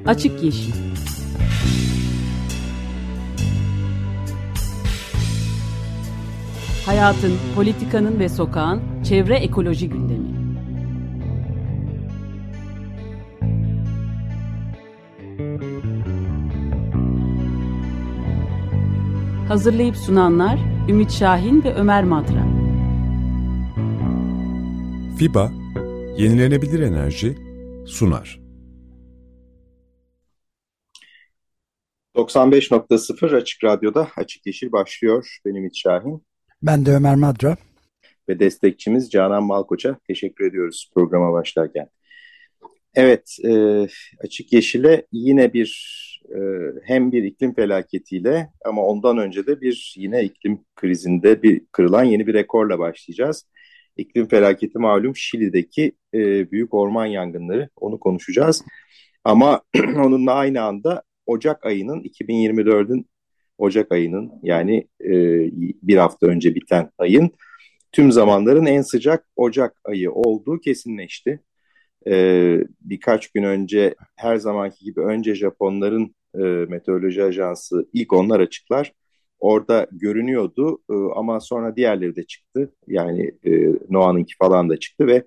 Açık Yeşil. Hayatın, politikanın ve sokağın çevre ekoloji gündemi. Hazırlayıp sunanlar Ümit Şahin ve Ömer Madra. FİBA, yenilenebilir enerji sunar. 95.0 Açık Radyo'da Açık Yeşil başlıyor. Benim Ümit Şahin. Ben de Ömer Madra. Ve destekçimiz Canan Malkoç'a teşekkür ediyoruz programa başlarken. Evet, Açık Yeşil'e yine hem bir iklim felaketiyle ama ondan önce de yine iklim krizinde kırılan yeni bir rekorla başlayacağız. İklim felaketi malum Şili'deki büyük orman yangınları, onu konuşacağız. Ama onunla aynı anda 2024'ün Ocak ayının yani bir hafta önce biten ayın tüm zamanların en sıcak Ocak ayı olduğu kesinleşti. Birkaç gün önce her zamanki gibi önce Japonların meteoroloji ajansı ilk onlar açıklar. Orada görünüyordu ama sonra diğerleri de çıktı. Yani NOAA'nınki falan da çıktı ve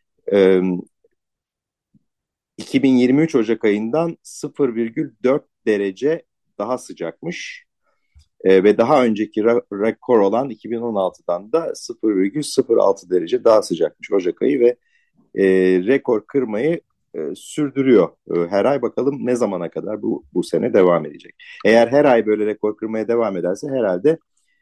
2023 Ocak ayından 0,4 derece daha sıcakmış. Ve daha önceki rekor olan 2016'dan da 0,06 derece daha sıcakmış Ocak ayı ve rekor kırmayı sürdürüyor her ay. Bakalım ne zamana kadar bu sene devam edecek. Eğer her ay böyle rekor kırmaya devam ederse herhalde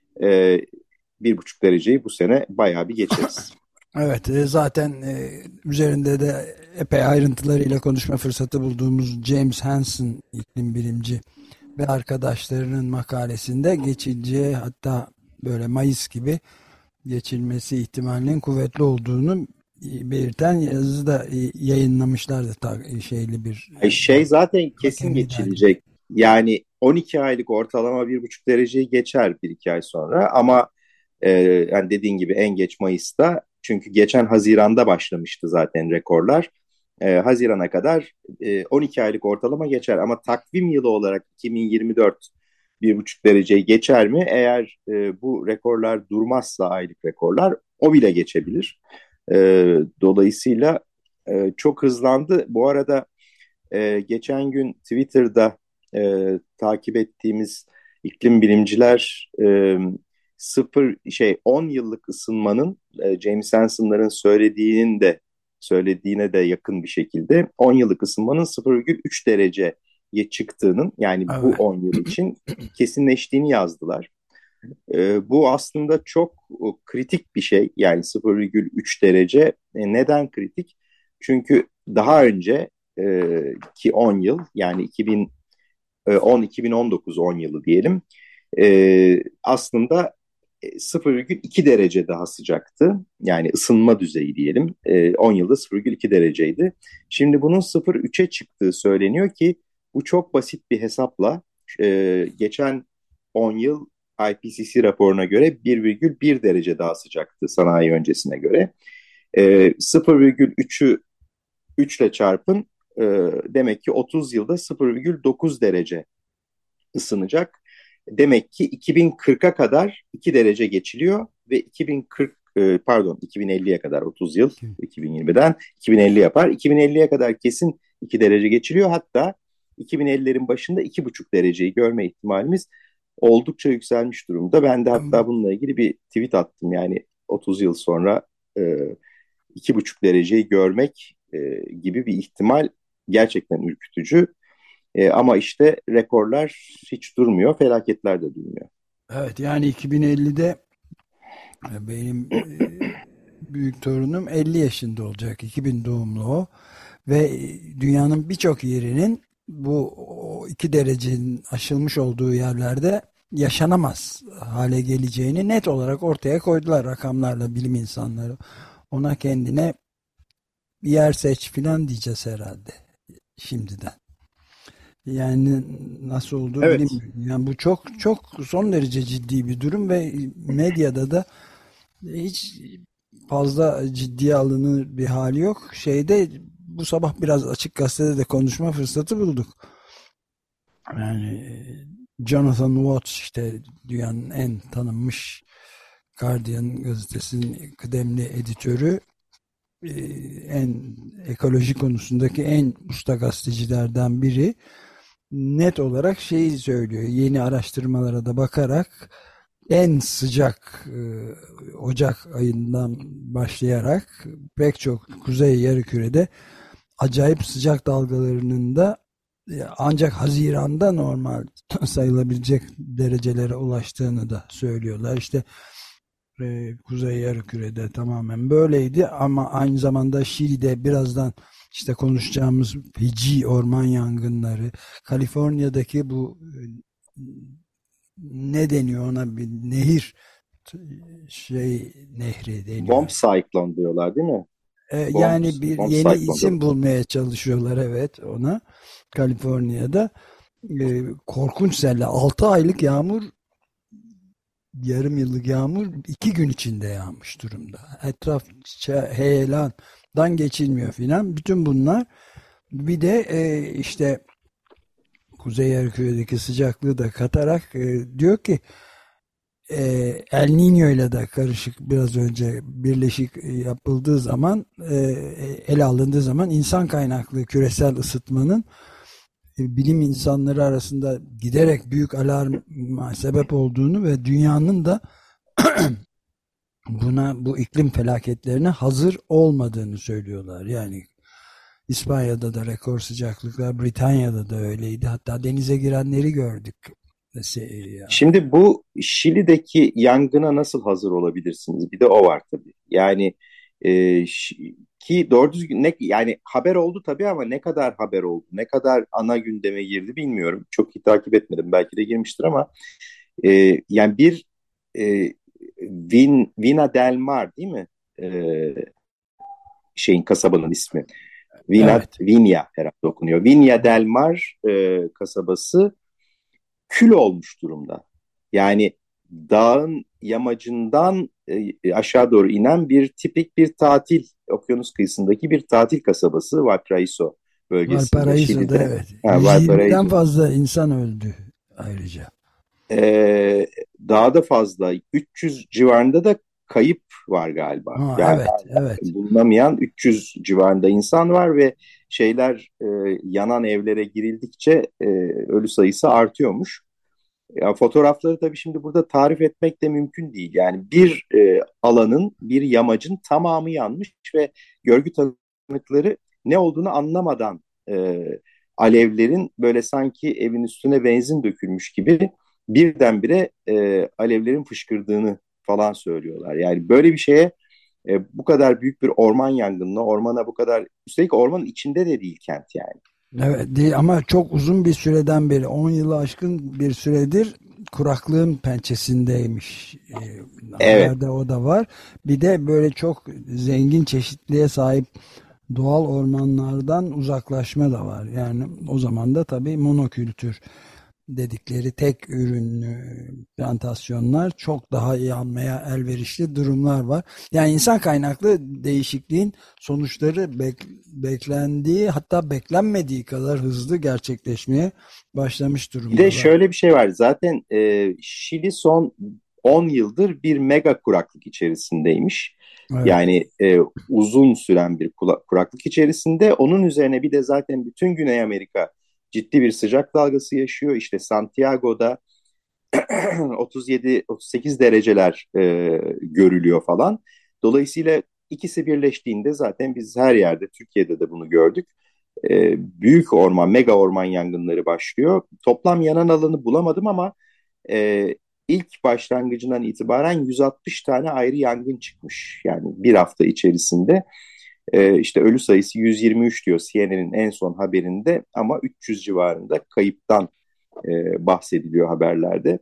1,5 dereceyi bu sene bayağı bir geçeriz. Evet, zaten üzerinde de epey ayrıntılarıyla konuşma fırsatı bulduğumuz James Hansen iklim bilimci ve arkadaşlarının makalesinde geçileceği, hatta böyle Mayıs gibi geçilmesi ihtimalinin kuvvetli olduğunu belirten yazı da yayınlamışlardı. Zaten kesin geçilecek. Yani 12 aylık ortalama 1,5 dereceyi geçer 1-2 ay sonra ama yani dediğin gibi en geç Mayıs'ta, çünkü geçen Haziran'da başlamıştı zaten rekorlar. Haziran'a kadar 12 aylık ortalama geçer ama takvim yılı olarak 2024 1,5 dereceyi geçer mi? Eğer bu rekorlar durmazsa, aylık rekorlar, o bile geçebilir. Dolayısıyla çok hızlandı. Bu arada geçen gün Twitter'da takip ettiğimiz iklim bilimciler 10 yıllık ısınmanın James Hansen'ların söylediğine de yakın bir şekilde 10 yıllık ısınmanın 0,3 dereceye çıktığının, yani bu 10 yıl için kesinleştiğini yazdılar. Bu aslında çok kritik bir şey, yani 0,3 derece. Neden kritik? Çünkü daha önce ki 10 yıl, yani 2010-2019 10 yılı diyelim, aslında 0,2 derece daha sıcaktı. Yani ısınma düzeyi diyelim. 10 yılda 0,2 dereceydi. Şimdi bunun 0,3'e çıktığı söyleniyor ki bu çok basit bir hesapla geçen 10 yıl IPCC raporuna göre 1,1 derece daha sıcaktı sanayi öncesine göre. 0,3'ü 3 ile çarpın, demek ki 30 yılda 0,9 derece ısınacak. Demek ki 2040'a kadar 2 derece geçiliyor ve 2050'ye kadar, 30 yıl 2020'den 2050 yapar. 2050'ye kadar kesin 2 derece geçiliyor. Hatta 2050'lerin başında 2,5 dereceyi görme ihtimalimiz oldukça yükselmiş durumda. Ben de hatta bununla ilgili bir tweet attım. Yani 30 yıl sonra 2,5 dereceyi görmek gibi bir ihtimal gerçekten ürkütücü. Ama işte rekorlar hiç durmuyor, felaketler de durmuyor. Evet, yani 2050'de benim büyük torunum 50 yaşında olacak. 2000 doğumlu o. Ve dünyanın birçok yerinin bu 2 derecenin aşılmış olduğu yerlerde yaşanamaz hale geleceğini net olarak ortaya koydular rakamlarla bilim insanları. Ona kendine bir yer seç filan diyeceğiz herhalde şimdiden. Yani nasıl olduğu bilmiyorum. Yani bu çok çok son derece ciddi bir durum ve medyada da hiç fazla ciddiye alınır bir hali yok. bu sabah biraz Açık Gazete'de de konuşma fırsatı bulduk. Yani Jonathan Watts, işte dünyanın en tanınmış Guardian gazetesinin kıdemli editörü, en ekoloji konusundaki en usta gazetecilerden biri, net olarak şeyi söylüyor. Yeni araştırmalara da bakarak en sıcak Ocak ayından başlayarak pek çok kuzey yarımkürede acayip sıcak dalgalarının da ancak Haziran'da normal sayılabilecek derecelere ulaştığını da söylüyorlar. İşte Kuzey Yarımküre'de tamamen böyleydi ama aynı zamanda Şili'de, birazdan işte konuşacağımız feci orman yangınları, Kaliforniya'daki bu ne deniyor ona, bir nehir, nehri deniyor. Bomb Cyclone diyorlar değil mi? Yani bir yeni isim bulmaya çalışıyorlar, evet, ona. Kaliforniya'da korkunç selle 6 aylık yağmur, yarım yıllık yağmur 2 gün içinde yağmış durumda. Etraf heyelandan geçilmiyor filan. Bütün bunlar, bir de işte Kuzey Yarımküre'deki sıcaklığı da katarak diyor ki El Niño ile de karışık, biraz önce birleşik yapıldığı zaman, ele alındığı zaman insan kaynaklı küresel ısıtmanın bilim insanları arasında giderek büyük alarma sebep olduğunu ve dünyanın da bu iklim felaketlerine hazır olmadığını söylüyorlar. Yani İspanya'da da rekor sıcaklıklar, Britanya'da da öyleydi. Hatta denize girenleri gördük. Şimdi bu Şili'deki yangına nasıl hazır olabilirsiniz? Bir de o var tabii. Yani ki doğru düzgün yani haber oldu tabii ama ne kadar haber oldu, ne kadar ana gündeme girdi bilmiyorum. Çok iyi takip etmedim. Belki de girmiştir ama yani bir Vina del Mar değil mi? Kasabanın ismi. Evet. Vinya herhalde okunuyor. Vinya del Mar kasabası kül olmuş durumda. Yani dağın yamacından aşağı doğru inen bir tipik bir tatil, okyanus kıyısındaki bir tatil kasabası Valparaiso bölgesinde. Valparaiso'da, evet. Valparaiso. 120'den fazla insan öldü ayrıca. Daha da fazla, 300 civarında da kayıp var galiba. Yani evet. bulunamayan 300 civarında insan var ve yanan evlere girildikçe ölü sayısı artıyormuş. Ya, fotoğrafları tabii şimdi burada tarif etmek de mümkün değil. Yani bir alanın, bir yamacın tamamı yanmış ve görgü tanıkları ne olduğunu anlamadan alevlerin böyle sanki evin üstüne benzin dökülmüş gibi birdenbire alevlerin fışkırdığını falan söylüyorlar. Yani böyle bir şeye, bu kadar büyük bir orman yangınına, ormana bu kadar, üstelik ormanın içinde de değil kent yani. Evet değil ama çok uzun bir süreden beri, 10 yılı aşkın bir süredir kuraklığın pençesindeymiş. Evet. Haberde o da var. Bir de böyle çok zengin çeşitliliğe sahip doğal ormanlardan uzaklaşma da var. Yani o zaman da tabii monokültür dedikleri tek ürünlü plantasyonlar çok daha yanmaya elverişli durumlar var. Yani insan kaynaklı değişikliğin sonuçları beklendiği, hatta beklenmediği kadar hızlı gerçekleşmeye başlamış durumda. Bir de şöyle bir şey var. Zaten Şili son 10 yıldır bir mega kuraklık içerisindeymiş. Evet. Yani uzun süren bir kuraklık içerisinde. Onun üzerine bir de zaten bütün Güney Amerika ciddi bir sıcak dalgası yaşıyor. İşte Santiago'da 37-38 dereceler görülüyor falan. Dolayısıyla ikisi birleştiğinde zaten biz her yerde, Türkiye'de de bunu gördük. Büyük orman, mega orman yangınları başlıyor. Toplam yanan alanı bulamadım ama ilk başlangıcından itibaren 160 tane ayrı yangın çıkmış. Yani bir hafta içerisinde. İşte ölü sayısı 123 diyor CNN'in en son haberinde ama 300 civarında kayıptan bahsediliyor haberlerde.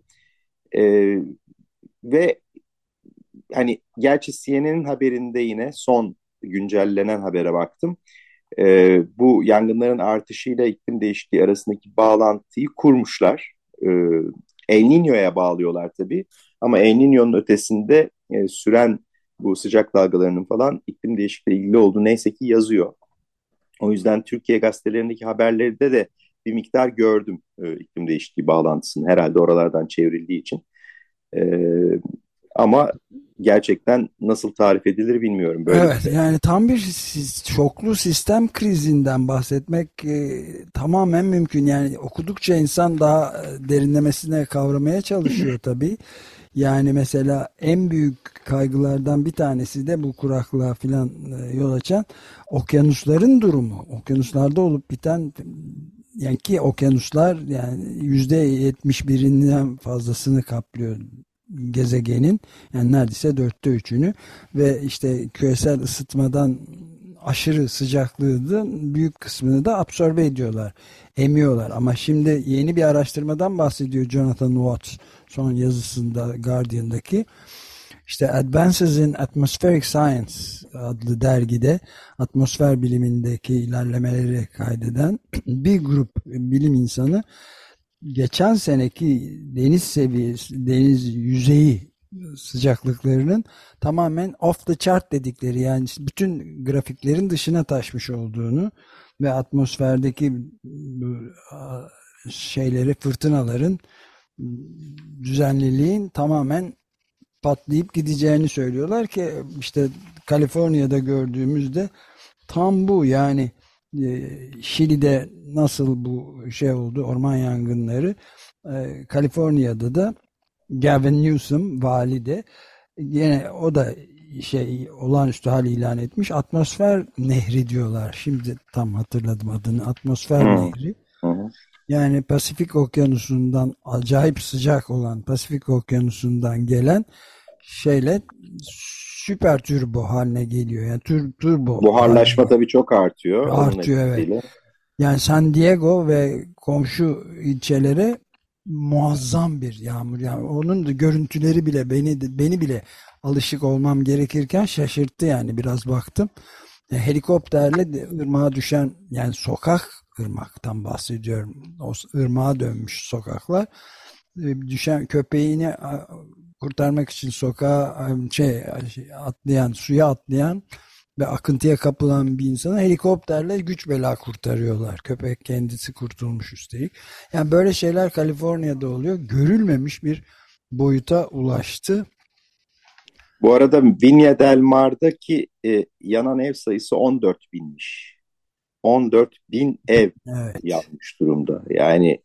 Ve hani gerçi CNN'in haberinde yine son güncellenen habere baktım. Bu yangınların artışıyla iklim değişikliği arasındaki bağlantıyı kurmuşlar. El Niño'ya bağlıyorlar tabii ama El Niño'nun ötesinde süren bu sıcak dalgalarının falan iklim değişikliği ilgili olduğu neyse ki yazıyor. O yüzden Türkiye gazetelerindeki haberlerde de bir miktar gördüm iklim değişikliği bağlantısını. Herhalde oralardan çevrildiği için. E, Ama gerçekten nasıl tarif edilir bilmiyorum böyle bir Evet, şey. yani tam bir çoklu sistem krizinden bahsetmek tamamen mümkün. Yani okudukça insan daha derinlemesine kavramaya çalışıyor tabii. Yani mesela en büyük kaygılardan bir tanesi de bu kuraklığa filan yol açan okyanusların durumu. Okyanuslarda olup biten, yani ki okyanuslar yani %71'inden fazlasını kaplıyor gezegenin, yani neredeyse dörtte üçünü, ve işte küresel ısıtmadan aşırı sıcaklığın büyük kısmını da absorbe ediyorlar, emiyorlar. Ama şimdi yeni bir araştırmadan bahsediyor Jonathan Watts son yazısında Guardian'daki. İşte Advances in Atmospheric Science adlı dergide atmosfer bilimindeki ilerlemeleri kaydeden bir grup bilim insanı geçen seneki deniz seviyesi, deniz yüzeyi sıcaklıklarının tamamen off the chart dedikleri, yani bütün grafiklerin dışına taşmış olduğunu ve atmosferdeki şeyleri, fırtınaların, düzenliliğin tamamen patlayıp gideceğini söylüyorlar ki işte Kaliforniya'da gördüğümüzde tam bu, yani Şili'de nasıl bu şey oldu, orman yangınları, Kaliforniya'da da Gavin Newsom vali de yine, o da şey, olağanüstü hal ilan etmiş. Atmosfer nehri diyorlar. Şimdi tam hatırladım adını. Atmosfer nehri. Hı. Yani Pasifik Okyanusu'ndan, acayip sıcak olan Pasifik Okyanusu'ndan gelen şeyle süper turbo haline geliyor. Yani turbo Buharlaşma tabii çok artıyor. Onun artıyor, evet. etkisiyle. Yani San Diego ve komşu ilçelere muazzam bir yağmur. Yani onun da görüntüleri bile beni bile alışık olmam gerekirken şaşırttı, yani biraz baktım. Helikopterle ırmağa düşen, yani sokak, ırmaktan bahsediyorum. O ırmağa dönmüş sokaklar. Düşen köpeğini kurtarmak için sokağa atlayan, suya atlayan ve akıntıya kapılan bir insanı helikopterle güç bela kurtarıyorlar. Köpek kendisi kurtulmuş üstelik. Yani böyle şeyler Kaliforniya'da oluyor. Görülmemiş bir boyuta ulaştı. Bu arada Viña del Mar'daki yanan ev sayısı 14 binmiş. 14 bin ev yanmış durumda. Yani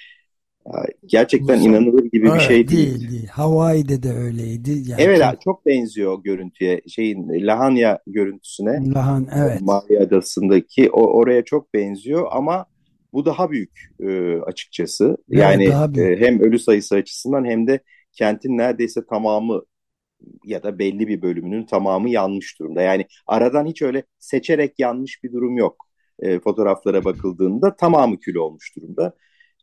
gerçekten inanılır gibi bir şey değil. Değil. Hawaii'de de öyleydi. Yani evet, çok benziyor görüntüye. Lahanya görüntüsüne. Evet. Mavi Adası'ndaki oraya çok benziyor ama bu daha büyük açıkçası. Evet, yani büyük. Hem ölü sayısı açısından hem de kentin neredeyse tamamı ya da belli bir bölümünün tamamı yanmış durumda. Yani aradan hiç öyle seçerek yanmış bir durum yok. Fotoğraflara bakıldığında tamamı kül olmuş durumda.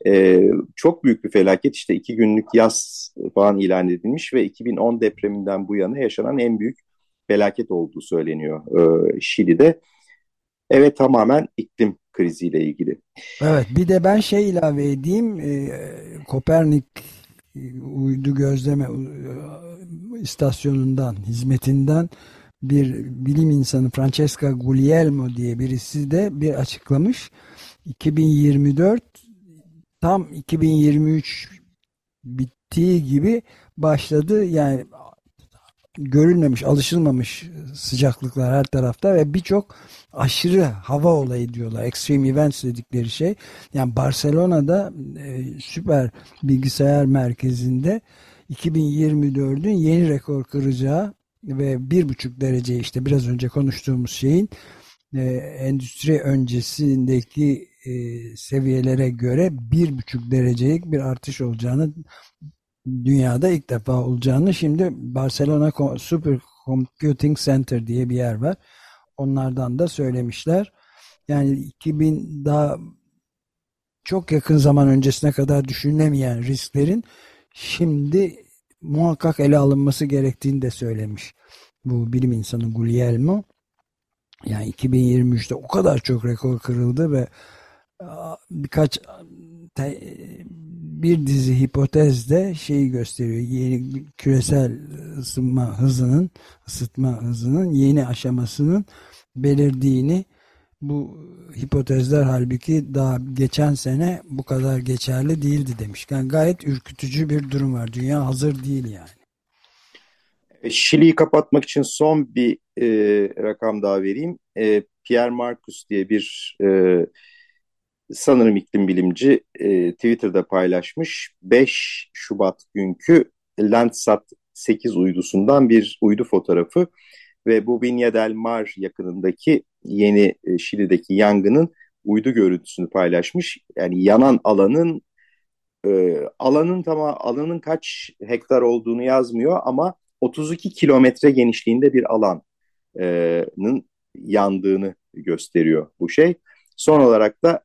Çok büyük bir felaket. İşte 2 günlük yaz falan ilan edilmiş ve 2010 depreminden bu yana yaşanan en büyük felaket olduğu söyleniyor Şili'de. Evet, tamamen iklim kriziyle ilgili. Evet, bir de ben ilave edeyim. Kopernik uydu gözleme istasyonundan, hizmetinden bir bilim insanı, Francesca Guglielmo diye birisi de bir açıklamış. 2024 tam 2023 bittiği gibi başladı. Yani görülmemiş, alışılmamış sıcaklıklar her tarafta ve birçok aşırı hava olayı diyorlar. Extreme events dedikleri şey. Yani Barcelona'da süper bilgisayar merkezinde 2024'ün yeni rekor kıracağı ve 1,5 derece, işte biraz önce konuştuğumuz şeyin endüstri öncesindeki seviyelere göre 1,5 derecelik bir artış olacağını, dünyada ilk defa olacağını, şimdi Barcelona Super Computing Center diye bir yer var. Onlardan da söylemişler. Yani 2000, daha çok yakın zaman öncesine kadar düşünülemeyen risklerin şimdi muhakkak ele alınması gerektiğini de söylemiş bu bilim insanı Guglielmo. Yani 2023'te o kadar çok rekor kırıldı ve bir dizi hipotez de şeyi gösteriyor. Yeni küresel ısıtma hızının yeni aşamasının belirdiğini Bu hipotezler halbuki daha geçen sene bu kadar geçerli değildi demiş. Yani gayet ürkütücü bir durum var. Dünya hazır değil yani. Şili'yi kapatmak için son bir rakam daha vereyim. Pierre Marcus diye bir sanırım iklim bilimci Twitter'da paylaşmış. 5 Şubat günkü Landsat 8 uydusundan bir uydu fotoğrafı ve bu Viña del Mar yakınındaki yeni Şili'deki yangının uydu görüntüsünü paylaşmış. Yani yanan alanın kaç hektar olduğunu yazmıyor ama 32 kilometre genişliğinde bir alanın yandığını gösteriyor bu şey. Son olarak da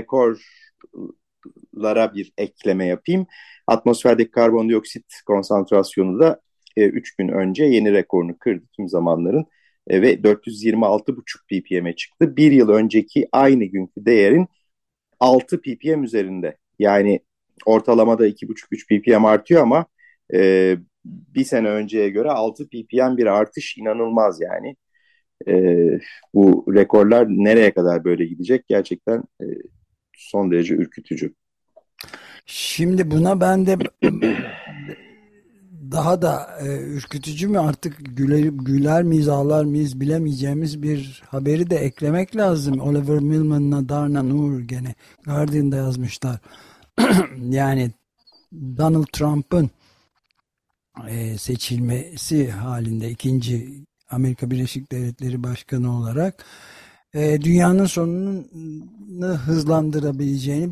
rekorlara bir ekleme yapayım. Atmosferdeki karbondioksit konsantrasyonu da 3 gün önce yeni rekorunu kırdı tüm zamanların ve 426,5 ppm'e çıktı. Bir yıl önceki aynı günkü değerin 6 ppm üzerinde. Yani ortalamada 2,5-3 ppm artıyor ama bir sene önceye göre 6 ppm bir artış inanılmaz yani. Bu rekorlar nereye kadar böyle gidecek gerçekten son derece ürkütücü. Şimdi buna ben de daha da ürkütücü mü artık güler miyiz ağlar mıyız bilemeyeceğimiz bir haberi de eklemek lazım. Oliver Millman'la Darna Noor gene Guardian'da yazmışlar. Yani Donald Trump'ın seçilmesi halinde ikinci Amerika Birleşik Devletleri Başkanı olarak dünyanın sonunu hızlandırabileceğini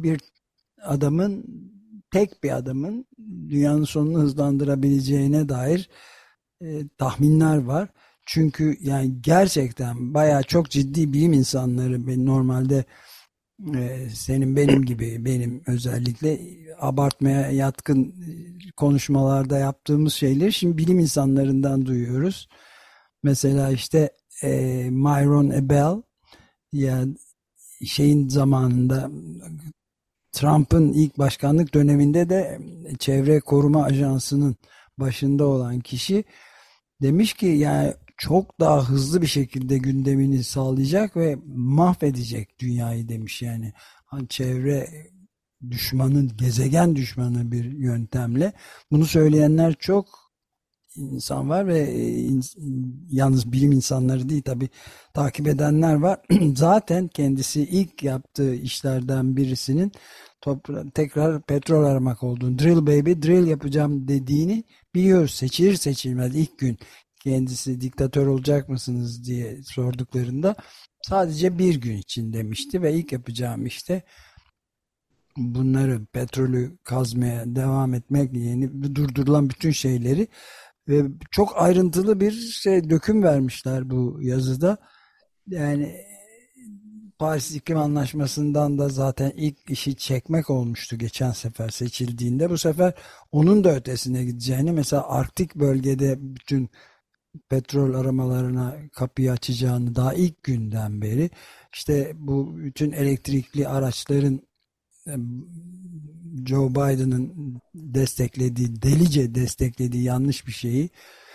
tek bir adamın dünyanın sonunu hızlandırabileceğine dair tahminler var. Çünkü yani gerçekten bayağı çok ciddi bilim insanları normalde senin benim gibi benim özellikle abartmaya yatkın konuşmalarda yaptığımız şeyleri şimdi bilim insanlarından duyuyoruz. Mesela işte Myron Ebell yani şeyin zamanında Trump'ın ilk başkanlık döneminde de Çevre Koruma Ajansı'nın başında olan kişi demiş ki yani çok daha hızlı bir şekilde gündemini sağlayacak ve mahvedecek dünyayı demiş yani. Hani çevre düşmanı, gezegen düşmanı bir yöntemle. Bunu söyleyenler çok insan var ve yalnız bilim insanları değil tabii takip edenler var. Zaten kendisi ilk yaptığı işlerden birisinin tekrar petrol aramak olduğunu, drill baby, drill yapacağım dediğini biliyoruz. Seçilir seçilmez ilk gün kendisi diktatör olacak mısınız diye sorduklarında sadece bir gün için demişti ve ilk yapacağım işte bunları petrolü kazmaya devam etmek yeni durdurulan bütün şeyleri ve çok ayrıntılı bir döküm vermişler bu yazıda. Yani Paris İklim Anlaşması'ndan da zaten ilk işi çekmek olmuştu geçen sefer seçildiğinde. Bu sefer onun da ötesine gideceğini mesela Arktik bölgede bütün petrol aramalarına kapıyı açacağını daha ilk günden beri işte bu bütün elektrikli araçların Joe Biden'ın delice desteklediği yanlış bir şeyi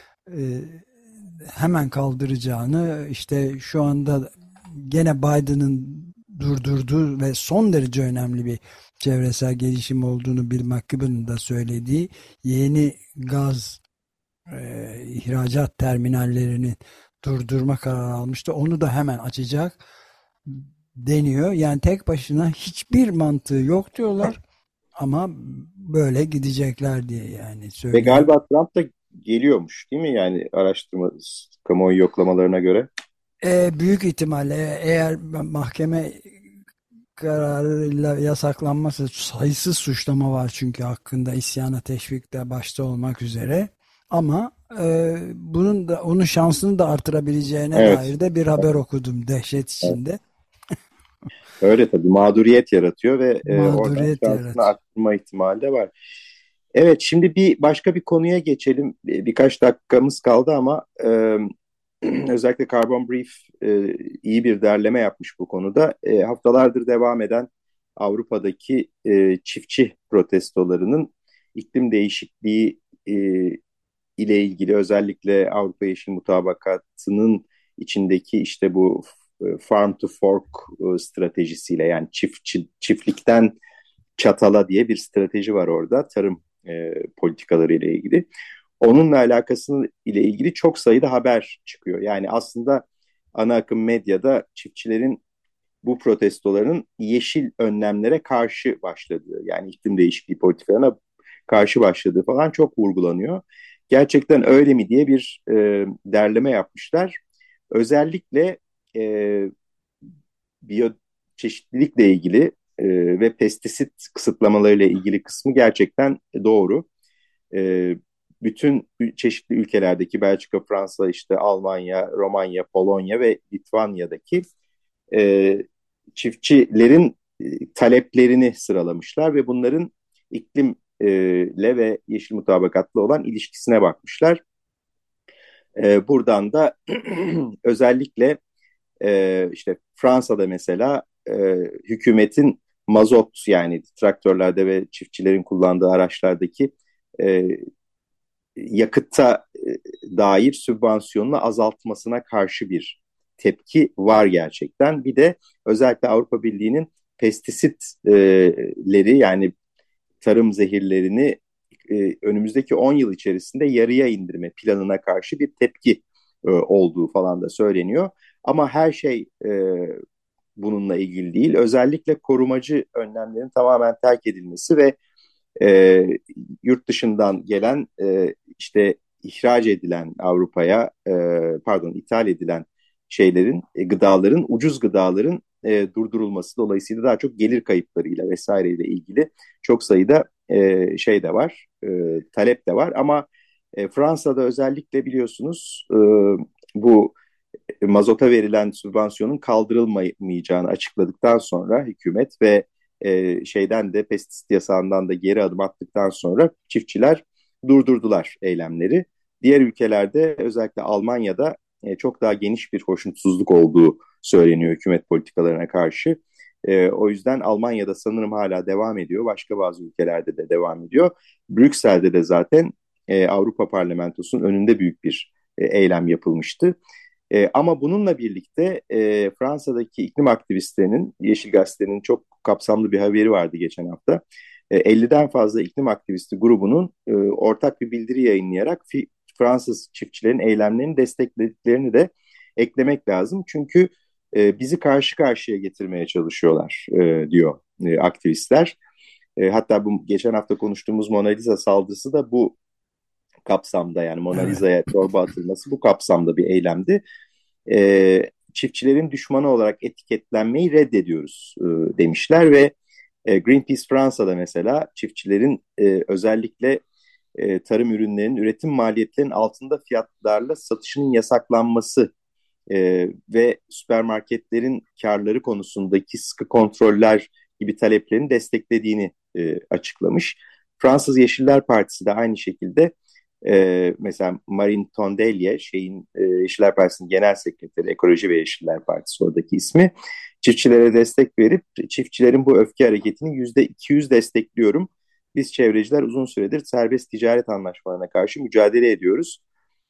hemen kaldıracağını işte şu anda gene Biden'ın durdurduğu ve son derece önemli bir çevresel gelişim olduğunu Bill McKibben'ın da söylediği yeni gaz ihracat terminallerini durdurma kararı almıştı. Onu da hemen açacak deniyor. Yani tek başına hiçbir mantığı yok diyorlar ama böyle gidecekler diye yani söylüyor. Ve galiba Trump da geliyormuş değil mi? Yani araştırma, kamuoyu yoklamalarına göre. Büyük ihtimalle eğer mahkeme kararıyla yasaklanmazsa sayısız suçlama var çünkü hakkında isyana teşvikte başta olmak üzere ama bunun da onun şansını da artırabileceğine dair de bir haber okudum dehşet içinde. Öyle tabii mağduriyet yaratıyor ve oradan şansını arttırma ihtimali de var. Evet şimdi başka bir konuya geçelim. Birkaç dakikamız kaldı ama özellikle Carbon Brief iyi bir derleme yapmış bu konuda. Haftalardır devam eden Avrupa'daki çiftçi protestolarının iklim değişikliği ile ilgili özellikle Avrupa Yeşil Mutabakatı'nın içindeki işte bu farm to fork stratejisiyle, yani çiftlikten çatala diye bir strateji var orada, tarım politikaları ile ilgili. Onunla alakası ile ilgili çok sayıda haber çıkıyor. Yani aslında ana akım medyada çiftçilerin bu protestolarının yeşil önlemlere karşı başladığı, yani iklim değişikliği politikalarına karşı başladığı falan çok vurgulanıyor. Gerçekten öyle mi diye bir derleme yapmışlar. Özellikle biyoçeşitlilikle ilgili ve pestisit kısıtlamalarıyla ilgili kısmı gerçekten doğru. Bütün çeşitli ülkelerdeki, Belçika, Fransa, işte Almanya, Romanya, Polonya ve Litvanya'daki çiftçilerin taleplerini sıralamışlar ve bunların iklimle ve yeşil mutabakatla olan ilişkisine bakmışlar. Buradan da özellikle işte Fransa'da mesela hükümetin mazot, yani traktörlerde ve çiftçilerin kullandığı araçlardaki yakıta dair sübvansiyonunu azaltmasına karşı bir tepki var gerçekten. Bir de özellikle Avrupa Birliği'nin pestisitleri, yani tarım zehirlerini önümüzdeki 10 yıl içerisinde yarıya indirme planına karşı bir tepki olduğu falan da söyleniyor. Ama her şey bununla ilgili değil. Özellikle korumacı önlemlerin tamamen terk edilmesi ve yurt dışından gelen işte ihraç edilen Avrupa'ya ithal edilen şeylerin, gıdaların, ucuz gıdaların durdurulması, dolayısıyla daha çok gelir kayıplarıyla vesaireyle ilgili çok sayıda şey de var, talep de var. Ama Fransa'da özellikle biliyorsunuz bu mazota verilen sübvansiyonun kaldırılmayacağını açıkladıktan sonra hükümet ve şeyden de, pestisit yasağından da geri adım attıktan sonra çiftçiler durdurdular eylemleri. Diğer ülkelerde, özellikle Almanya'da çok daha geniş bir hoşnutsuzluk olduğu söyleniyor hükümet politikalarına karşı. O yüzden Almanya'da sanırım hala devam ediyor. Başka bazı ülkelerde de devam ediyor. Brüksel'de de zaten Avrupa Parlamentosu'nun önünde büyük bir eylem yapılmıştı. Ama bununla birlikte Fransa'daki iklim aktivistlerinin, Yeşil Gazete'nin çok kapsamlı bir haberi vardı geçen hafta. 50'den fazla iklim aktivisti grubunun ortak bir bildiri yayınlayarak Fransız çiftçilerin eylemlerini desteklediklerini de eklemek lazım. Çünkü bizi karşı karşıya getirmeye çalışıyorlar diyor aktivistler. Hatta bu geçen hafta konuştuğumuz Mona Lisa saldırısı da bu kapsamda, yani Mona Lisa'ya çorba atılması bu kapsamda bir eylemdi. Çiftçilerin düşmanı olarak etiketlenmeyi reddediyoruz demişler ve Greenpeace Fransa'da mesela çiftçilerin özellikle tarım ürünlerinin üretim maliyetlerinin altında fiyatlarla satışının yasaklanması ve süpermarketlerin karları konusundaki sıkı kontroller gibi taleplerini desteklediğini açıklamış. Fransız Yeşiller Partisi de aynı şekilde mesela Marine Tondelier, Yeşiller Partisi'nin genel sekreteri, Ekoloji ve Yeşiller Partisi oradaki ismi, çiftçilere destek verip çiftçilerin bu öfke hareketini %200 destekliyorum. Biz çevreciler uzun süredir serbest ticaret anlaşmalarına karşı mücadele ediyoruz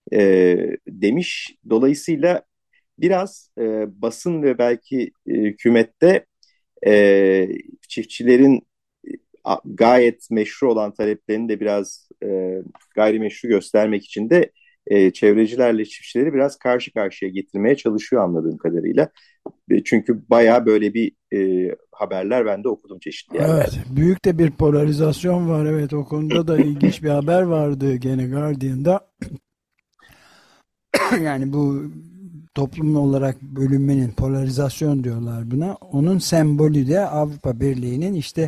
demiş. Dolayısıyla biraz basın ve belki hükümette çiftçilerin gayet meşru olan taleplerini de biraz gayrimeşru göstermek için de çevrecilerle çiftçileri biraz karşı karşıya getirmeye çalışıyor anladığım kadarıyla. Çünkü bayağı böyle bir haberler ben de okudum çeşitli yerlerde. Evet, büyük de bir polarizasyon var. Evet, o konuda da ilginç bir haber vardı gene Guardian'da. Yani bu toplum olarak bölünmenin, polarizasyon diyorlar buna. Onun sembolü de Avrupa Birliği'nin işte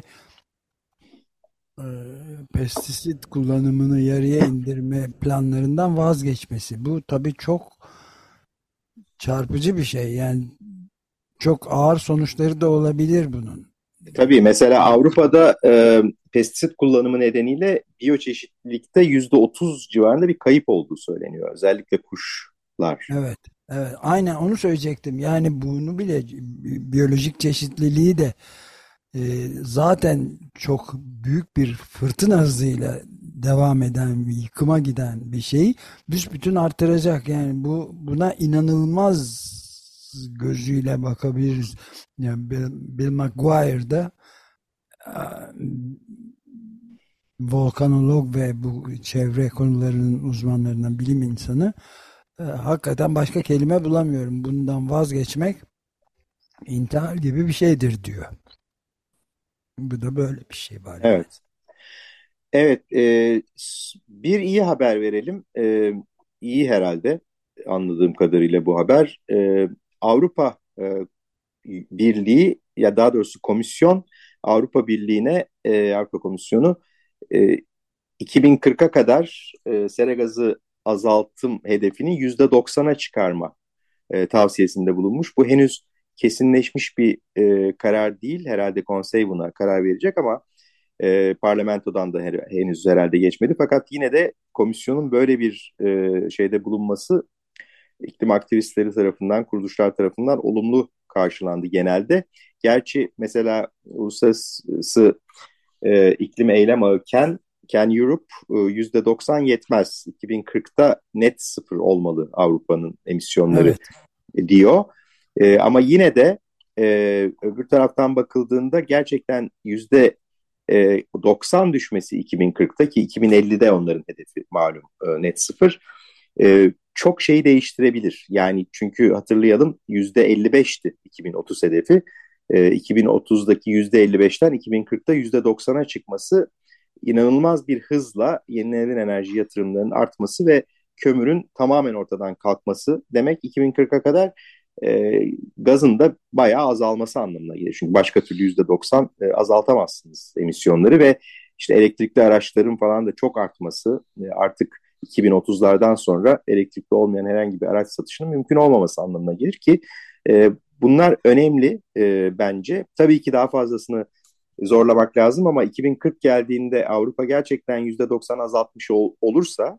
pestisit kullanımını yarıya indirme planlarından vazgeçmesi. Bu tabii çok çarpıcı bir şey. Yani çok ağır sonuçları da olabilir bunun. Tabii mesela Avrupa'da pestisit kullanımı nedeniyle biyoçeşitlilikte %30 civarında bir kayıp olduğu söyleniyor. Özellikle kuşlar. Evet, evet. Aynen onu söyleyecektim. Yani bunu bile, biyolojik çeşitliliği de zaten çok büyük bir fırtına hızıyla devam eden, yıkıma giden bir şeyi büsbütün artıracak. Yani buna inanılmaz gözüyle bakabiliriz. Yani Bill McGuire da volkanolog ve bu çevre konularının uzmanlarından bilim insanı, hakikaten başka kelime bulamıyorum. Bundan vazgeçmek intihar gibi bir şeydir diyor. Bu da böyle bir şey var yani. Evet. Evet, bir iyi haber verelim. İyi herhalde anladığım kadarıyla bu haber. Avrupa Birliği, ya daha doğrusu Komisyon, Avrupa Birliği'ne, Avrupa Komisyonu 2040'a kadar sera gazı azaltım hedefini %90'a çıkarma tavsiyesinde bulunmuş. Bu henüz kesinleşmiş bir karar değil. Herhalde konsey buna karar verecek ama parlamentodan da henüz herhalde geçmedi. Fakat yine de komisyonun böyle bir şeyde bulunması iklim aktivistleri tarafından, kuruluşlar tarafından olumlu karşılandı genelde. Gerçi mesela Uluslararası İklim Eylem Ağı Can Europe %90 yetmez. 2040'ta net sıfır olmalı Avrupa'nın emisyonları, evet, diyor. Ama yine de öbür taraftan bakıldığında gerçekten %90 düşmesi 2040'ta, ki 2050'de onların hedefi malum net sıfır, çok şeyi değiştirebilir. Yani çünkü hatırlayalım, %55'ti 2030 hedefi. 2030'daki %55'ten 2040'ta %90'a çıkması inanılmaz bir hızla yenilenebilir enerji yatırımlarının artması ve kömürün tamamen ortadan kalkması demek. 2040'a kadar gazın da bayağı azalması anlamına gelir. Çünkü başka türlü %90 azaltamazsınız emisyonları ve işte elektrikli araçların falan da çok artması, artık 2030'lardan sonra elektrikli olmayan herhangi bir araç satışının mümkün olmaması anlamına gelir ki bunlar önemli bence. Tabii ki daha fazlasını zorlamak lazım ama 2040 geldiğinde Avrupa gerçekten %90 azaltmış olursa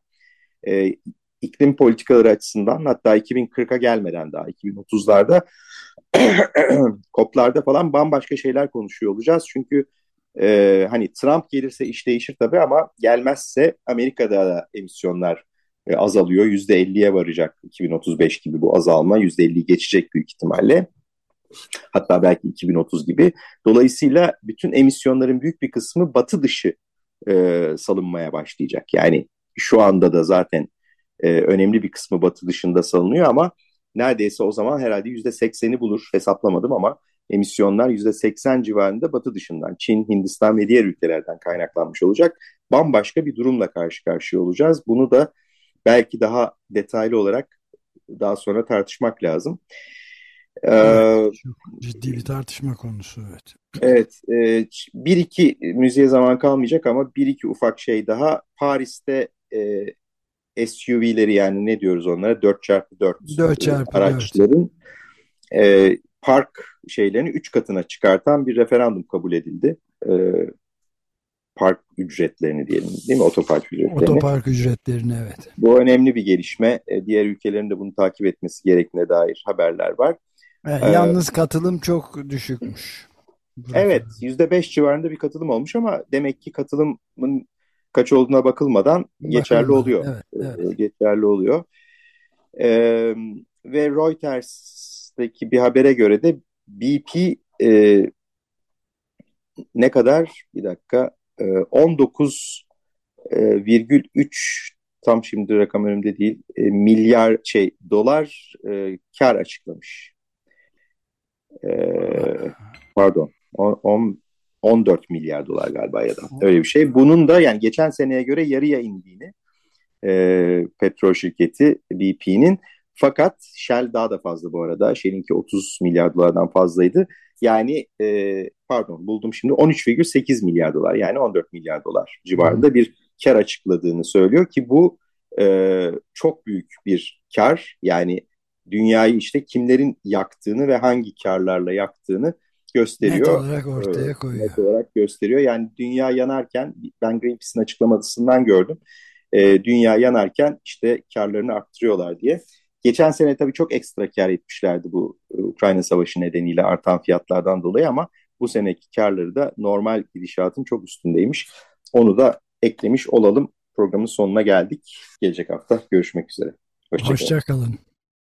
iklim politikaları açısından, hatta 2040'a gelmeden daha 2030'larda COP'larda falan bambaşka şeyler konuşuyor olacağız. Çünkü hani Trump gelirse iş değişir tabii ama gelmezse Amerika'da da emisyonlar azalıyor. %50'ye varacak 2035 gibi bu azalma. %50'yi geçecek büyük ihtimalle. Hatta belki 2030 gibi. Dolayısıyla bütün emisyonların büyük bir kısmı batı dışı salınmaya başlayacak. Yani şu anda da zaten önemli bir kısmı batı dışında salınıyor ama neredeyse o zaman herhalde %80'i bulur. Hesaplamadım ama emisyonlar %80 civarında batı dışından, Çin, Hindistan ve diğer ülkelerden kaynaklanmış olacak. Bambaşka bir durumla karşı karşıya olacağız. Bunu da belki daha detaylı olarak daha sonra tartışmak lazım. Evet, çok ciddi bir tartışma konusu, evet. Evet, bir iki müziğe zaman kalmayacak ama bir iki ufak şey daha. Paris'te SUV'leri, yani ne diyoruz onlara, 4x4 4x4 araçların park şeylerini 3 katına çıkartan bir referandum kabul edildi. Park ücretlerini diyelim, değil mi? Otopark ücretlerini. Otopark ücretlerini, evet. Bu önemli bir gelişme. Diğer ülkelerin de bunu takip etmesi gerektiğine dair haberler var. Yalnız katılım çok düşükmüş. Evet, %5 civarında bir katılım olmuş ama demek ki katılımın kaç olduğuna bakılmadan geçerli oluyor. Evet. Geçerli oluyor. Ve Reuters'taki bir habere göre de BP ne kadar? Bir dakika. 19,3, tam şimdi rakam önümde değil, milyar dolar kar açıklamış. Pardon. 14 milyar dolar galiba ya da öyle bir şey. Bunun da yani geçen seneye göre yarıya indiğini, petrol şirketi BP'nin, fakat Shell daha da fazla bu arada. Shell'inki 30 milyar dolardan fazlaydı. Yani pardon, buldum şimdi, 13,8 milyar dolar, yani 14 milyar dolar civarında bir kar açıkladığını söylüyor ki bu çok büyük bir kar. Yani dünyayı işte kimlerin yaktığını ve hangi karlarla yaktığını gösteriyor. Net olarak ortaya koyuyor. Net olarak gösteriyor. Yani dünya yanarken, ben Greenpeace'in açıklamasından gördüm. Dünya yanarken işte karlarını arttırıyorlar diye. Geçen sene tabii çok ekstra kar etmişlerdi bu Ukrayna Savaşı nedeniyle artan fiyatlardan dolayı ama bu seneki karları da normal gidişatın çok üstündeymiş. Onu da eklemiş olalım. Programın sonuna geldik. Gelecek hafta görüşmek üzere. Hoşça kalın. Hoşça kalın.